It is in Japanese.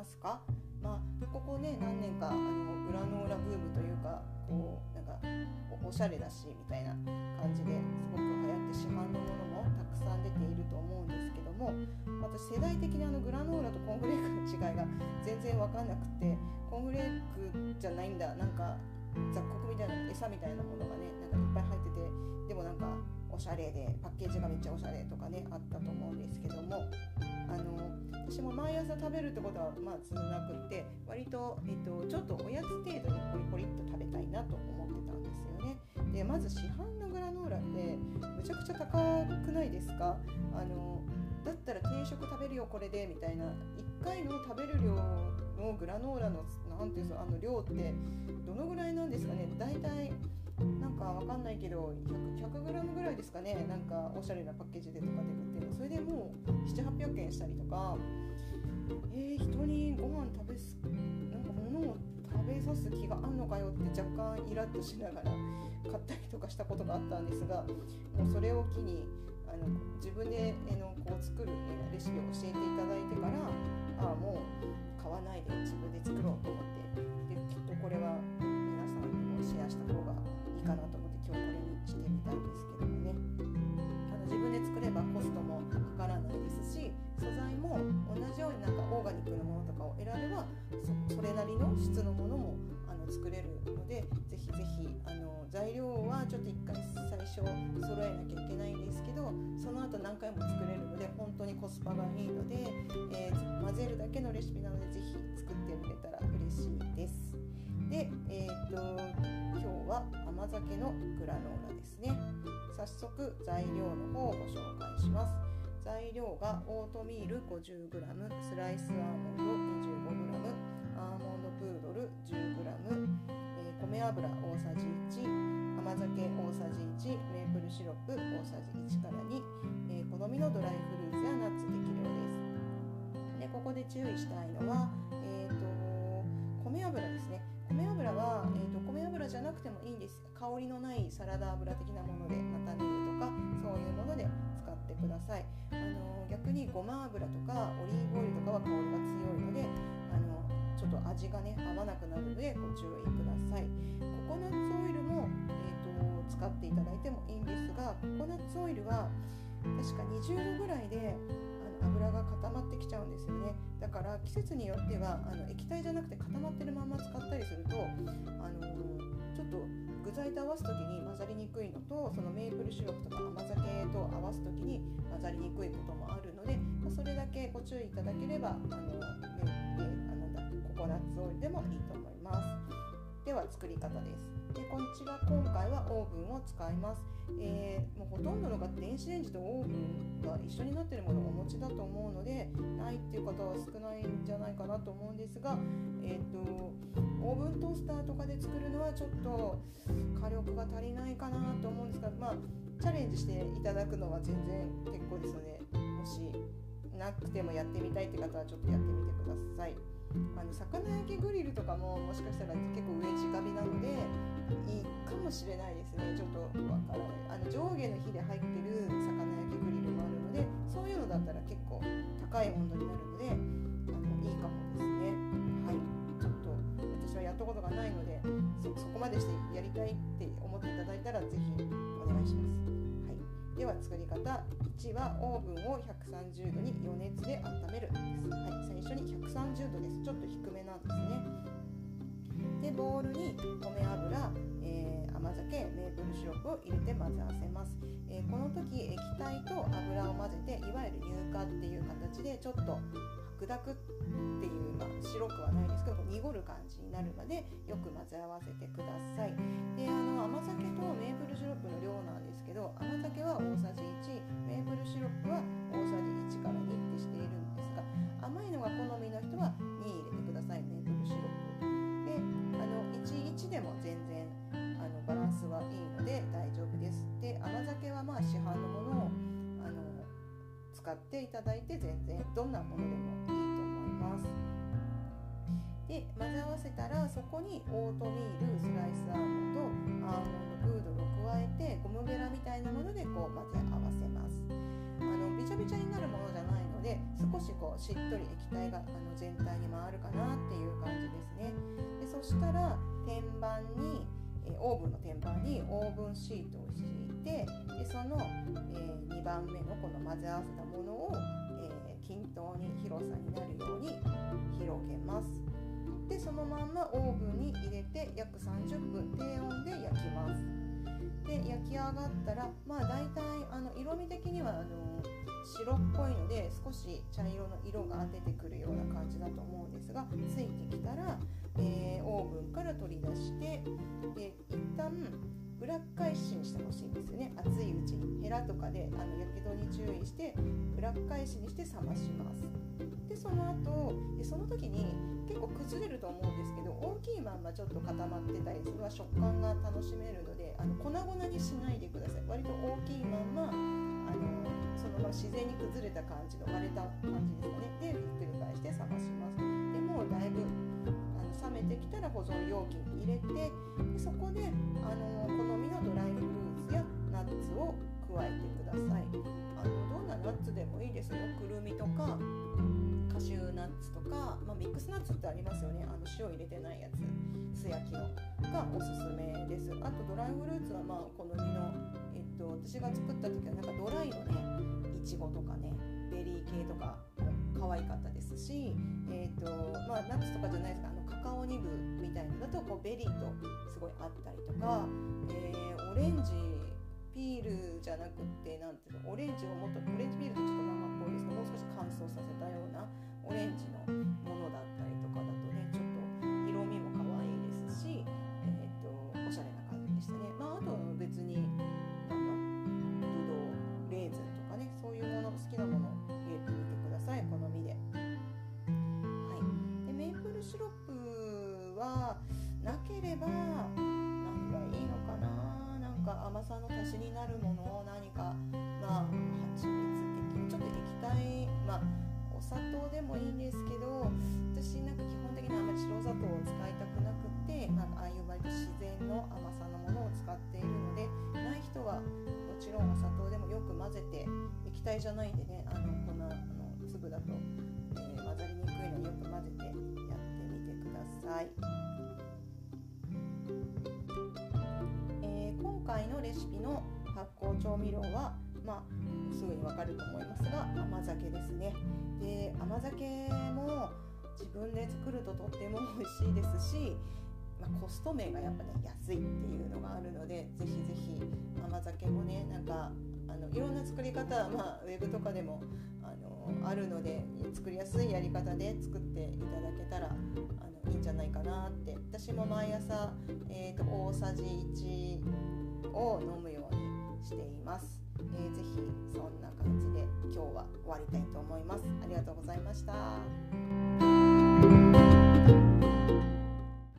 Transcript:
ますか？ここね何年かグラノーラブームというか、なんか おしゃれだしみたいな感じですごく流行って市販のものもたくさん出ていると思うんですけども、私世代的にグラノーラとコーンフレークの違いが全然分かんなくて、コーンフレークじゃないんだ、なんか雑穀みたいな餌みたいなものがねなんかいっぱい入ってて、でもなんかおしゃれでパッケージがめっちゃおしゃれとかねあったと思うんですけども、私も毎朝食べるってことはそんなくって、割と、ちょっとおやつ程度にポリポリっと食べたいなと思ってたんですよね。でまず市販のグラノーラってむちゃくちゃ高くないですか？だったら定食食べるよこれでみたいな、1回の食べる量のグラノーラのなんていうの量ってどのぐらいなんですかね。だいたいなんかわかんないけど 100g ぐらいですかね。なんかおしゃれなパッケージでとかで売ってるの、それでもう700-800円したりとか、人にご飯なんか物を食べさす気があんのかよって若干イラッとしながら買ったりとかしたことがあったんですが、もうそれを機に自分でこう作るレシピを教えていただいてから、もう買わないで自分で作ろうと思って、できっとこれは皆さんにもシェアした方がいいかなと思って今日これにしてみたんですけどもね、自分で作ればコストもかからないですし、素材も同じようになんかオーガニックのものとかを選べば それなりの質のものも作れるので、ぜひぜひ材料はちょっと一回最初揃えなきゃいけないんですけど、その後何回も作れるので本当にコスパがいいので、混ぜるだけのレシピなのでぜひ作ってみれたら嬉しいです。で、今日は甘酒のグラノーラですね。早速材料の方をご紹介します。材料がオートミール 50g、 スライスアーモンド 25g、 アーモンドプードル 10g、米油大さじ1、甘酒大さじ1、メープルシロップ大さじ1から2、好みのドライフルーツやナッツ適量です。でここで注意したいのは、米油ですね。米油は、米油じゃなくてもいいんです。香りのないサラダ油的なもので、ナタネ油とかそういうもので使ってください。逆にごま油とかオリーブオイルとかは香りが強いのでちょっと味がね合わなくなるのでご注意ください。ココナッツオイルも、使っていただいてもいいんですが、ココナッツオイルは確か20度ぐらいで油が固まってきちゃうんですよね。だから季節によっては液体じゃなくて固まってるまま使ったりするとちょっと具材と合わすときに混ざりにくいのと、そのメープルシロップとか甘酒と合わすときに混ざりにくいこともあるので、それだけご注意いただければココナッツオイルでもいいと思います。では作り方です。でこちら今回はオーブンを使います。もうほとんどの方電子レンジとオーブンが一緒になっているものをお持ちだと思うので、ないっていう方は少ないんじゃないかなと思うんですが、オーブントースターとかで作るのはちょっと火力が足りないかなと思うんですが、チャレンジしていただくのは全然結構ですので、もしなくてもやってみたいって方はちょっとやってみてください。魚焼きグリルとかももしかしたら結構上直火なのでいいかもしれないですね。ちょっとわからない。上下の火で入ってる魚焼きグリルもあるので、そういうのだったら結構高い温度になるのでいいかもですね。はい、ちょっと私はやったことがないので そこまでしてやりたいって思っていただいたらぜひお願いします。はい、では作り方1はオーブンを130度に余熱で温めるです。はい、最初に130度です。ちょっと低めなんですね。でボウルに米油、甘酒、メープルシロップを入れて混ぜ合わせます。この時液体と油を混ぜて、いわゆる乳化っていう形でちょっと白濁っていう、白くはないですけど濁る感じになるまでよく混ぜ合わせてください。で甘酒とメープルシロップの量なんですけど、甘酒は大さじ1、メープルシロップは大さじ1から2ってしているんですが、甘いのが好みの人は2入れてください。メープルシロップで1でも全然バランスはいいので大丈夫です。で甘酒は市販のものを使っていただいて全然どんなものでもいいと思います。で混ぜ合わせたらそこにオートミール、スライスアーモンド、アーモンドプードルを加えてゴムベラみたいなものでこう混ぜ合わせます。びちゃびちゃになるものじゃないので少しこうしっとり液体が全体に回るかなっていう感じですね。でそしたらオーブンの天板にオーブンシートを敷いて、でその、2番目のこの混ぜ合わせたものを、均等に広さになるように広げます。でそのまんまオーブンに入れて約30分低温で焼きます。で焼き上がったら大体色味的には白っぽいので少し茶色の色が出てくるような感じだと思うんですが、ついてきたら、オーブンから取り出して、で一旦裏返しにしてほしいんですよね。熱いうちにヘラとかでやけどに注意して裏返しにして冷まします。でその後その時に結構崩れると思うんですけど、大きいまんまちょっと固まってたりするのは食感が楽しめるので粉々にしないでください。割と大きいまんまその自然に崩れた感じの割れた感じですかね。でひっくり返して冷まします。でもうだいぶ冷めてきたら保存容器に入れて、でそこで好みのドライフルーツやナッツを加えてください。どんなナッツでもいいですよ。くるみとかカシューナッツとか、ミックスナッツってありますよね。塩入れてないやつ、素焼きのがおすすめです。あとドライフルーツは好みの、私が作った時はなんかドライのねいちごとかねベリー系とか可愛かったですし、ナッツとかじゃないですか、カカオニブみたいなのだとベリーとすごいあったりとか、オレンジピールじゃなくてオレンジピールとちょっと生っぽいですけど、もう少し乾燥させたようなオレンジのものだったりとかだとね、ちょっと色味も可愛いですし、おしゃれな感じでしたね。あと別にブドウレーズンとかね、そういうもの好きなもの入れてみてください、好みで。はい。でメープルシロップはなければ何がいいのかな。甘さの足しになるものを何か蜂蜜的にちょっと液体、お砂糖でもいいんですけど、私基本的にあまり白砂糖を使いたくなくて、ああいう割と自然の甘さのものを使っているので、ない人はもちろんお砂糖でもよく混ぜて、液体じゃないんでね、粒だと、混ざりにくいのでよく混ぜてやってみてください。今回のレシピの発酵調味料は、すぐにわかると思いますが甘酒ですね。で甘酒も自分で作るととっても美味しいですし、コスト面がやっぱね安いっていうのがあるので、ぜひぜひ甘酒もねいろんな作り方は、ウェブとかでもあるので、作りやすいやり方で作っていただけたらいいんじゃないかなって。私も毎朝、大さじ1を飲むようにしています。ぜひそんな感じで今日は終わりたいと思います。ありがとうございました。